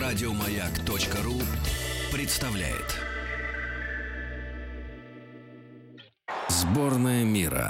Радиомаяк.ру представляет Сборная мира.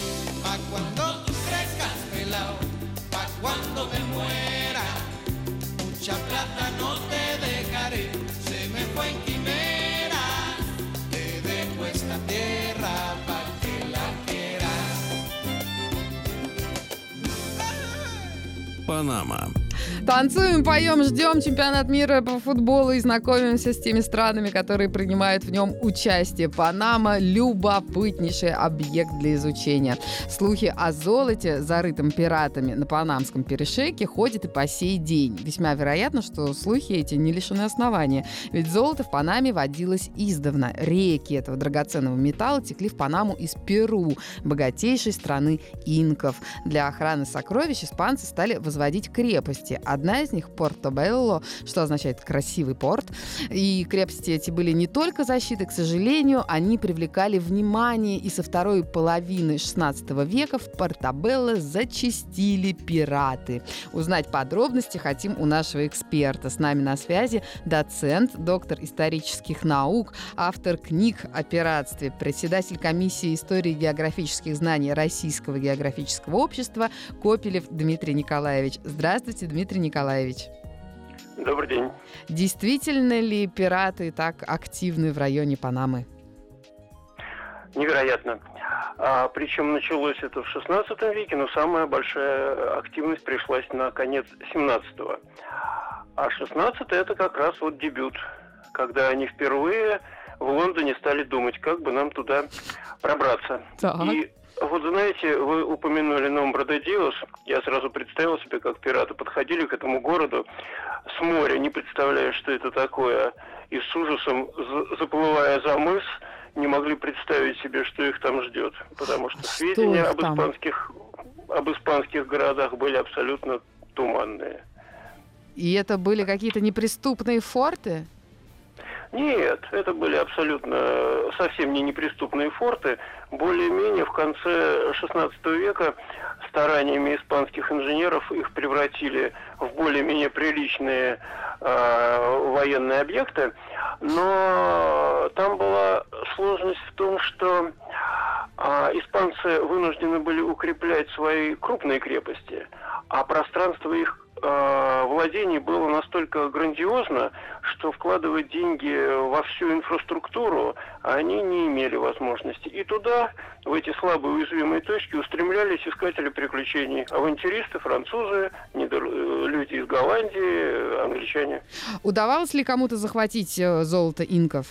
Панама. Танцуем, поем, ждем чемпионат мира по футболу и знакомимся с теми странами, которые принимают в нем участие. Панама – любопытнейший объект для изучения. Слухи о золоте, зарытом пиратами на Панамском перешейке, ходят и по сей день. Весьма вероятно, что слухи эти не лишены основания. Ведь золото в Панаме водилось издавна. Реки этого драгоценного металла текли в Панаму из Перу, богатейшей страны инков. Для охраны сокровищ испанцы стали возводить крепости. Одна из них — Порто-Белло, что означает «красивый порт». И крепости эти были не только защитой, к сожалению, они привлекали внимание, и со второй половины XVI века в Порто-Белло зачастили пираты. Узнать подробности хотим у нашего эксперта. С нами на связи доцент, доктор исторических наук, автор книг о пиратстве, председатель комиссии истории и географических знаний Российского географического общества Копелев Дмитрий Николаевич. Здравствуйте, Дмитрий Николаевич. Добрый день. Действительно ли пираты так активны в районе Панамы? Невероятно. Причем началось это в XVI веке, но самая большая активность пришлась на конец XVII. А XVI это как раз вот дебют, когда они впервые в Лондоне стали думать, как бы нам туда пробраться. Так. И вот знаете, вы упомянули Номбра-де-Диос. Я сразу представил себе, как пираты подходили к этому городу с моря, не представляя, что это такое, и с ужасом, заплывая за мыс, не могли представить себе, что их там ждет. Потому что сведения об испанских городах были абсолютно туманные. И это были какие-то неприступные форты? Нет, это были абсолютно совсем не неприступные форты. Более-менее в конце XVI века стараниями испанских инженеров их превратили в более-менее приличные военные объекты. Но там была сложность в том, что испанцы вынуждены были укреплять свои крупные крепости, а пространство их владений было настолько грандиозно, что вкладывать деньги во всю инфраструктуру они не имели возможности. И туда, в эти слабые уязвимые точки, устремлялись искатели приключений. Авантюристы, французы, люди из Голландии, англичане. Удавалось ли кому-то захватить золото инков?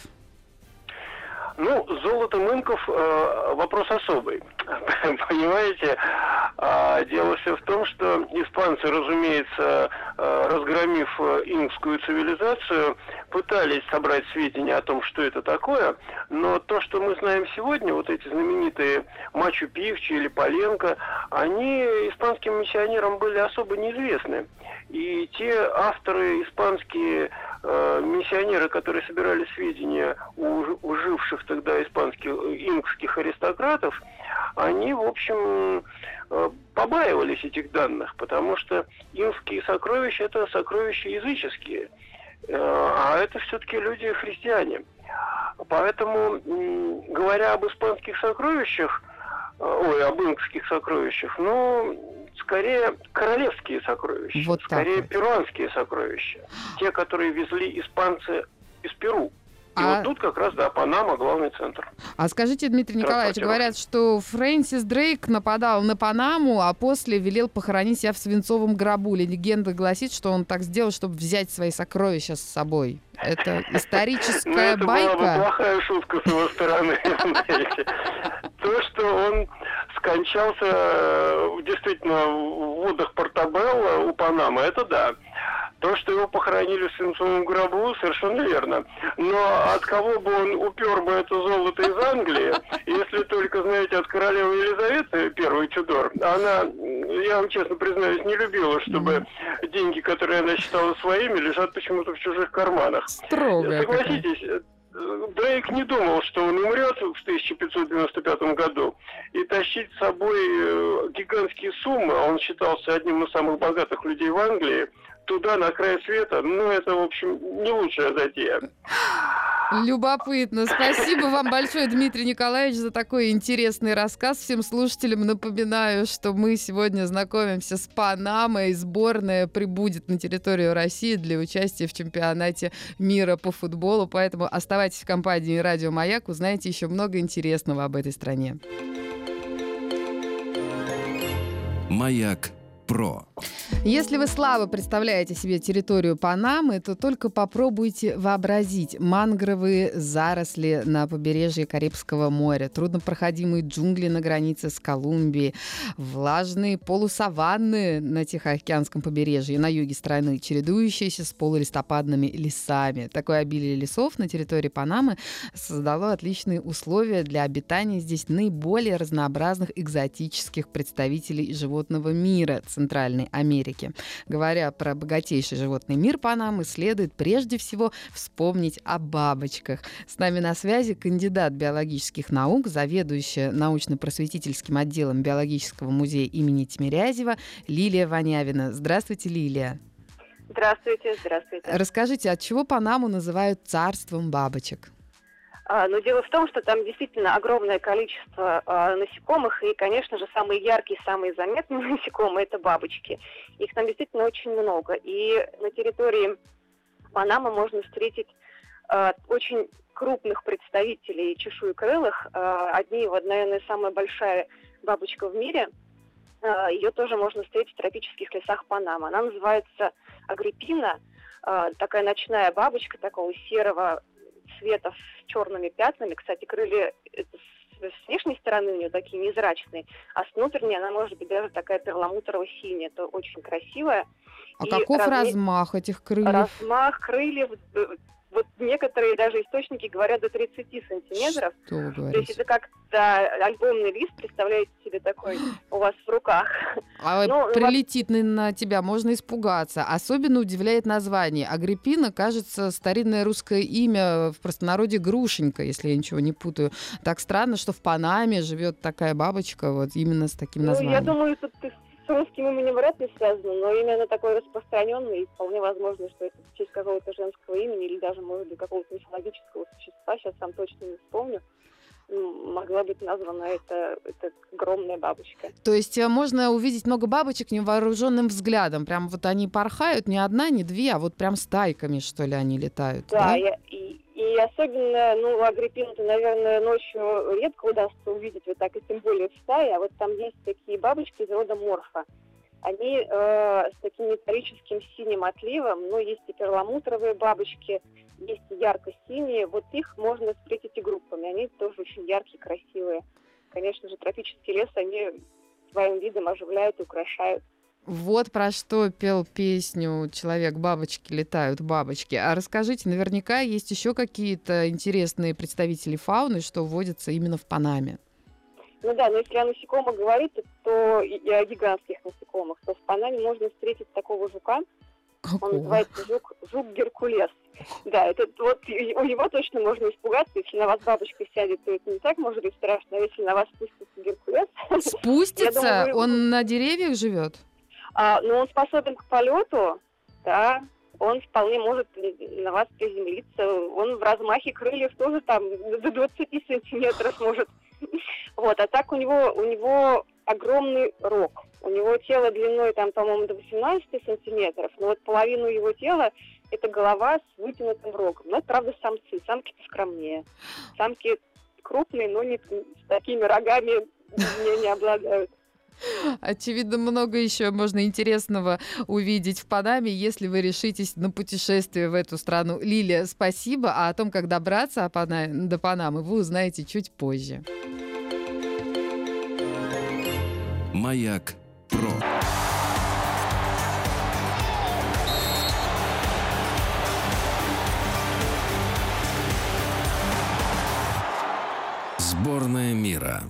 Ну, с золотом инков вопрос особый. Понимаете, дело все в том, что испанцы, разумеется, разгромив инкскую цивилизацию, пытались собрать сведения о том, что это такое, но то, что мы знаем сегодня, вот эти знаменитые Мачу-Пикчу или Паленко, они испанским миссионерам были особо неизвестны. И те авторы испанские, миссионеры, которые собирали сведения у живших тогда испанских инкских аристократов, они, в общем, побаивались этих данных, потому что инкские сокровища – это сокровища языческие, а это все-таки люди христиане. Поэтому, говоря об испанских сокровищах, об инкских сокровищах, скорее королевские сокровища, вот скорее вот. перуанские сокровища. Те, которые везли испанцы из Перу. И вот тут как раз, Панама — главный центр. А скажите, Дмитрий Николаевич, говорят, что Фрэнсис Дрейк нападал на Панаму, а после велел похоронить себя в свинцовом гробу. Легенда гласит, что он так сделал, чтобы взять свои сокровища с собой. Это историческая байка? Это была бы плохая шутка с его стороны. То, что он скончался действительно в водах Порто-Белло у Панамы, это да. То, что его похоронили в свинцовом гробу, совершенно верно. Но от кого бы он упер бы это золото из Англии, если только, знаете, от королевы Елизаветы, первой Тюдор, она, я вам честно признаюсь, не любила, чтобы деньги, которые она считала своими, лежат почему-то в чужих карманах. Строгая. Согласитесь, Дрейк не думал, что он умрет в 1595 году, и тащить с собой гигантские суммы, он считался одним из самых богатых людей в Англии, туда, на край света, это, в общем, не лучшая затея. Любопытно. Спасибо вам большое, Дмитрий Николаевич, за такой интересный рассказ. Всем слушателям напоминаю, что мы сегодня знакомимся с Панамой. Сборная прибудет на территорию России для участия в чемпионате мира по футболу. Поэтому оставайтесь в компании «Радио Маяк», узнаете еще много интересного об этой стране. Маяк Про. Если вы слабо представляете себе территорию Панамы, то только попробуйте вообразить мангровые заросли на побережье Карибского моря, труднопроходимые джунгли на границе с Колумбией, влажные полусаванны на Тихоокеанском побережье на юге страны, чередующиеся с полулистопадными лесами. Такое обилие лесов на территории Панамы создало отличные условия для обитания здесь наиболее разнообразных экзотических представителей животного мира Центральной Америки. Говоря про богатейший животный мир Панамы, следует прежде всего вспомнить о бабочках. С нами на связи кандидат биологических наук, заведующая научно-просветительским отделом Биологического музея имени Тимирязева Лилия Вонявина. Здравствуйте, Лилия. Здравствуйте, здравствуйте. Расскажите, от чего Панаму называют царством бабочек? Дело в том, что там действительно огромное количество насекомых, и, конечно же, самые яркие, самые заметные насекомые – это бабочки. Их там действительно очень много. И на территории Панамы можно встретить очень крупных представителей чешуекрылых. Наверное, самая большая бабочка в мире. Ее тоже можно встретить в тропических лесах Панамы. Она называется агриппина, такая ночная бабочка такого серого цвета с черными пятнами. Кстати, крылья с внешней стороны у нее такие незрачные, а с внутренней она может быть даже такая перламутрово-синяя. Это очень красивая. А каков размах этих крыльев? Размах крыльев, вот некоторые даже источники говорят до 30 сантиметров. Что вы говорите? То есть это как альбомный лист, представляете себе, такой у вас в руках. А прилетит на тебя, можно испугаться. Особенно удивляет название. Агриппина, кажется, старинное русское имя, в простонародье грушенька, если я ничего не путаю. Так странно, что в Панаме живет такая бабочка вот именно с таким названием. Я думаю, тут с русским именем вряд ли связано, но именно такое распространенное, и вполне возможно, что это в честь какого-то женского имени или даже, может быть, какого-то мифологического существа, сейчас сам точно не вспомню, могла быть названа эта огромная бабочка. То есть можно увидеть много бабочек невооруженным взглядом, прям вот они порхают не одна, не две, а вот прям стайками, что ли, они летают. Да, и особенно, агриппину-то, наверное, ночью редко удастся увидеть вот так, и тем более в стае, а вот там есть такие бабочки из рода морфа. Они с таким металлическим синим отливом, есть и перламутровые бабочки, есть и ярко-синие, вот их можно встретить и группами, они тоже очень яркие, красивые. Конечно же, тропический лес они своим видом оживляют и украшают. Вот про что пел песню «Человек, бабочки летают, бабочки». А расскажите, наверняка есть еще какие-то интересные представители фауны, что водятся именно в Панаме? Но если о насекомых говорить, то и о гигантских насекомых, то в Панаме можно встретить такого жука. Какого? Он называется жук Геркулес. Да, это вот у него точно можно испугаться. Если на вас бабочка сядет, то это не так может быть страшно. А если на вас спустится Геркулес... Спустится? Он на деревьях живет? Он способен к полету, да. Он вполне может на вас приземлиться. Он в размахе крыльев тоже там до 20 сантиметров может. Вот, а так у него огромный рог. У него тело длиной там, по-моему, до 18 сантиметров, но вот половину его тела это голова с вытянутым рогом. Но это, правда, самцы. Самки поскромнее. Самки крупные, но не с такими рогами не обладают. Очевидно, много еще можно интересного увидеть в Панаме, если вы решитесь на путешествие в эту страну. Лилия, спасибо. А о том, как добраться до Панамы, вы узнаете чуть позже. Маяк Про. Сборная мира.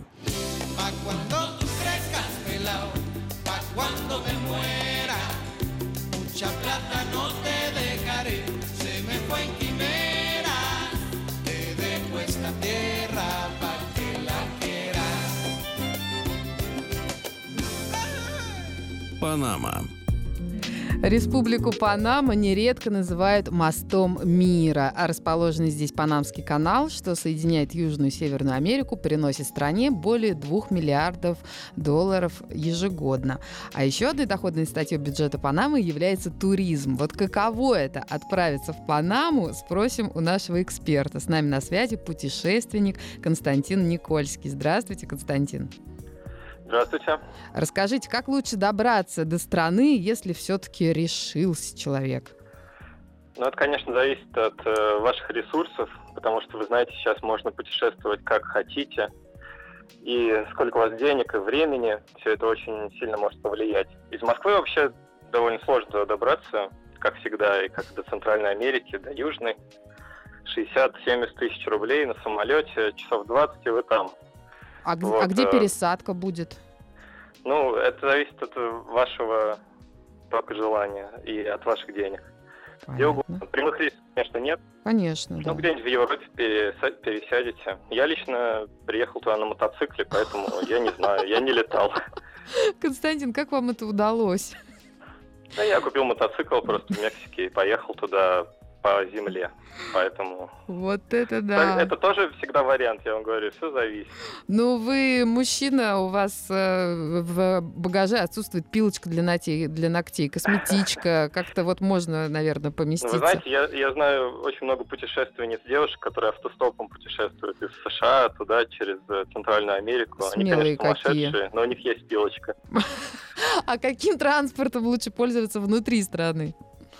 Панама. Республику Панама нередко называют мостом мира, а расположенный здесь Панамский канал, что соединяет Южную и Северную Америку, приносит стране более $2 миллиардов ежегодно. А еще одной доходной статьей бюджета Панамы является туризм. Вот каково это — отправиться в Панаму, спросим у нашего эксперта. С нами на связи путешественник Константин Никольский. Здравствуйте, Константин. Здравствуйте. Расскажите, как лучше добраться до страны, если все-таки решился человек? Ну, это, конечно, зависит от ваших ресурсов, потому что, вы знаете, сейчас можно путешествовать как хотите, и сколько у вас денег и времени, все это очень сильно может повлиять. Из Москвы вообще довольно сложно добраться, как всегда, и как до Центральной Америки, до Южной. 60-70 тысяч рублей на самолете, часов 20, и вы там. А где пересадка будет? Ну, это зависит от вашего только желания и от ваших денег. Где угодно. Прямых рейсов, конечно, нет. Конечно, да. Ну, где-нибудь в Европе пересядете. Я лично приехал туда на мотоцикле, поэтому я не знаю, я не летал. Константин, как вам это удалось? Ну, я купил мотоцикл просто в Мексике и поехал туда по земле, поэтому... Вот это да. Это тоже всегда вариант, я вам говорю, все зависит. Ну, вы мужчина, у вас в багаже отсутствует пилочка для ногтей, косметичка, как-то вот можно, наверное, поместиться. Вы знаете, я знаю очень много путешественниц, девушек, которые автостопом путешествуют из США туда, через Центральную Америку. Смелые они, конечно, сумасшедшие, какие. но у них есть пилочка. А каким транспортом лучше пользоваться внутри страны?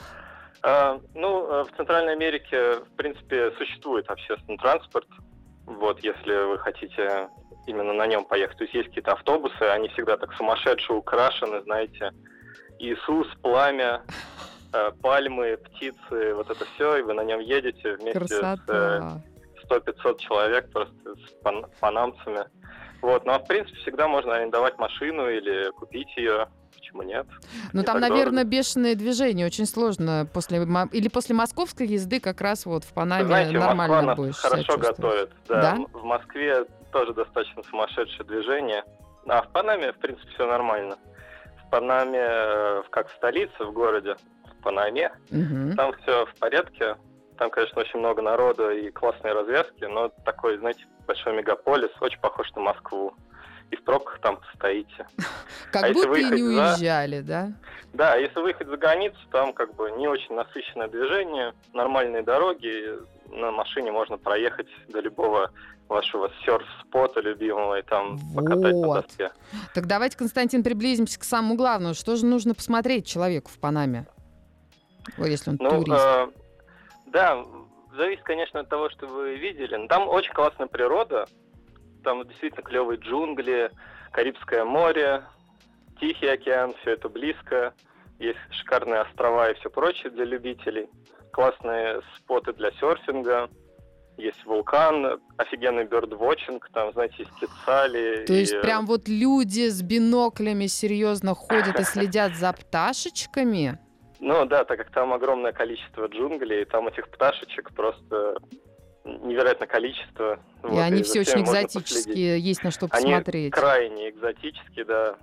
В Центральной Америке, в принципе, существует общественный транспорт. Вот, если вы хотите именно на нем поехать. То есть какие-то автобусы, они всегда так сумасшедше украшены, знаете. Иисус, пламя, пальмы, птицы, вот это все. И вы на нем едете вместе Красота. с 100-500 человек, просто с панамцами. Вот, но в принципе всегда можно арендовать машину или купить ее. Почему нет? Ну, там, наверное, бешеное движение. Очень сложно после московской езды как раз вот в Панаме. Знаете, нормально Москва будешь нас хорошо готовит. Да? Да? В Москве тоже достаточно сумасшедшее движение. А в Панаме, в принципе, все нормально. В Панаме, как в столице, в городе, в Панаме, там все в порядке. Там, конечно, очень много народа и классные развязки, но такой, знаете, большой мегаполис, очень похож на Москву. И в пробках там стоите. Как будто и не уезжали, да? Да, если выехать за границу, там как бы не очень насыщенное движение, нормальные дороги, на машине можно проехать до любого вашего серф-спота любимого и там покатать на доске. Так давайте, Константин, приблизимся к самому главному. Что же нужно посмотреть человеку в Панаме, если он турист? Да, зависит, конечно, от того, что вы видели. Но там очень классная природа. Там действительно клевые джунгли, Карибское море, Тихий океан, все это близко. Есть шикарные острова и все прочее для любителей. Классные споты для серфинга. Есть вулкан, офигенный бёрдвотчинг, там, знаете, есть кецали. То есть прям вот люди с биноклями серьезно ходят и следят за пташечками? Ну да, так как там огромное количество джунглей, там этих пташечек просто... невероятное количество. И они все очень экзотические, есть на что посмотреть. Они крайне экзотические, да.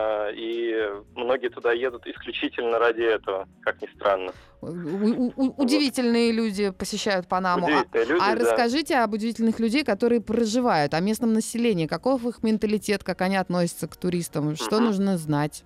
И многие туда едут исключительно ради этого, как ни странно. Удивительные люди посещают Панаму. Удивительные люди, да. Расскажите об удивительных людей, которые проживают, о местном населении. Каков их менталитет, как они относятся к туристам, что нужно знать?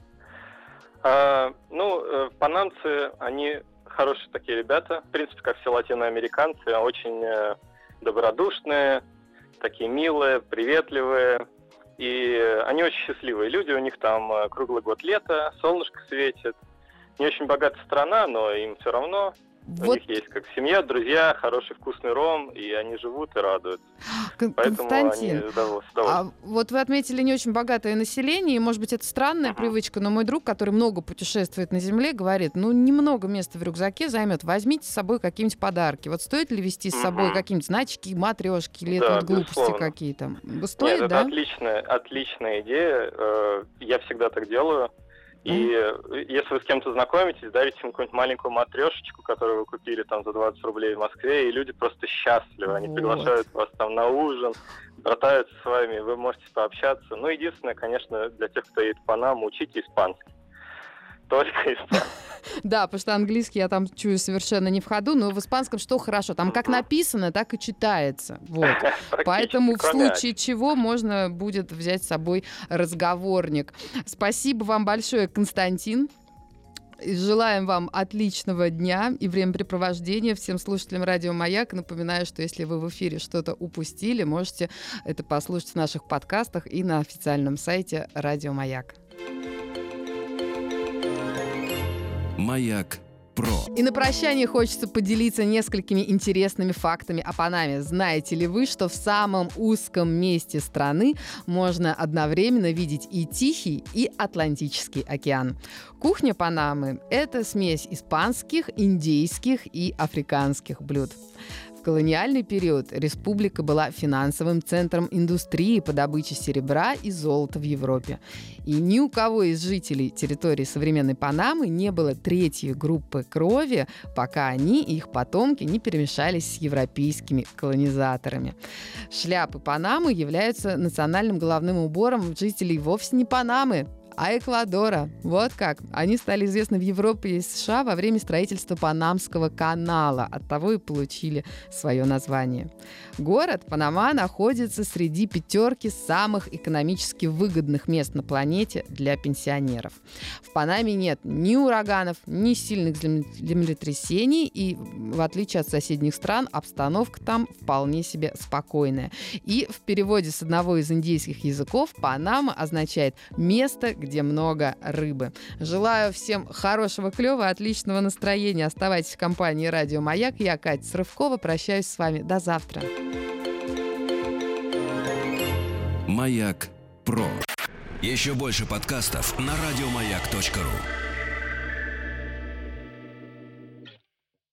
Панамцы, они... хорошие такие ребята, в принципе, как все латиноамериканцы, очень добродушные, такие милые, приветливые, и они очень счастливые люди, у них там круглый год лето, солнышко светит, не очень богатая страна, но им все равно. Вот. У них есть как семья, друзья, хороший вкусный ром, и они живут и радуются. Константин, а вот вы отметили не очень богатое население, и, может быть, это странная привычка, но мой друг, который много путешествует на Земле, говорит, немного места в рюкзаке займет, возьмите с собой какие-нибудь подарки. Вот стоит ли вести с собой какие-нибудь значки, матрешки, или это вот глупости какие-то? Стоит, да? Это отличная идея, я всегда так делаю. И если вы с кем-то знакомитесь, дарите им какую-нибудь маленькую матрешечку, которую вы купили там за 20 рублей в Москве, и люди просто счастливы. Они приглашают вас там на ужин, братаются с вами, вы можете пообщаться. Единственное, конечно, для тех, кто едет в Панаму, учите испанский. только испанский. Да, потому что английский я там чую совершенно не в ходу, но в испанском что хорошо? Там как написано, так и читается. Вот. Поэтому в случае чего можно будет взять с собой разговорник. Спасибо вам большое, Константин. Желаем вам отличного дня и времяпрепровождения. Всем слушателям Радио Маяк напоминаю, что если вы в эфире что-то упустили, можете это послушать в наших подкастах и на официальном сайте Радио Маяк. Маяк Про. И на прощание хочется поделиться несколькими интересными фактами о Панаме. Знаете ли вы, что в самом узком месте страны можно одновременно видеть и Тихий, и Атлантический океан? Кухня Панамы – это смесь испанских, индейских и африканских блюд. В колониальный период республика была финансовым центром индустрии по добыче серебра и золота в Европе. И ни у кого из жителей территории современной Панамы не было третьей группы крови, пока они и их потомки не перемешались с европейскими колонизаторами. Шляпы Панамы являются национальным головным убором жителей вовсе не Панамы, а Эквадора. Вот как. Они стали известны в Европе и США во время строительства Панамского канала. Оттого и получили свое название. Город Панама находится среди 5 самых экономически выгодных мест на планете для пенсионеров. В Панаме нет ни ураганов, ни сильных землетрясений, и в отличие от соседних стран, обстановка там вполне себе спокойная. И в переводе с одного из индейских языков Панама означает «место, где много рыбы». Желаю всем хорошего клёва, отличного настроения. Оставайтесь в компании Радио Маяк. Я, Катя Срывкова, прощаюсь с вами. До завтра. Маяк Про. Еще больше подкастов на радиомаяк.ру.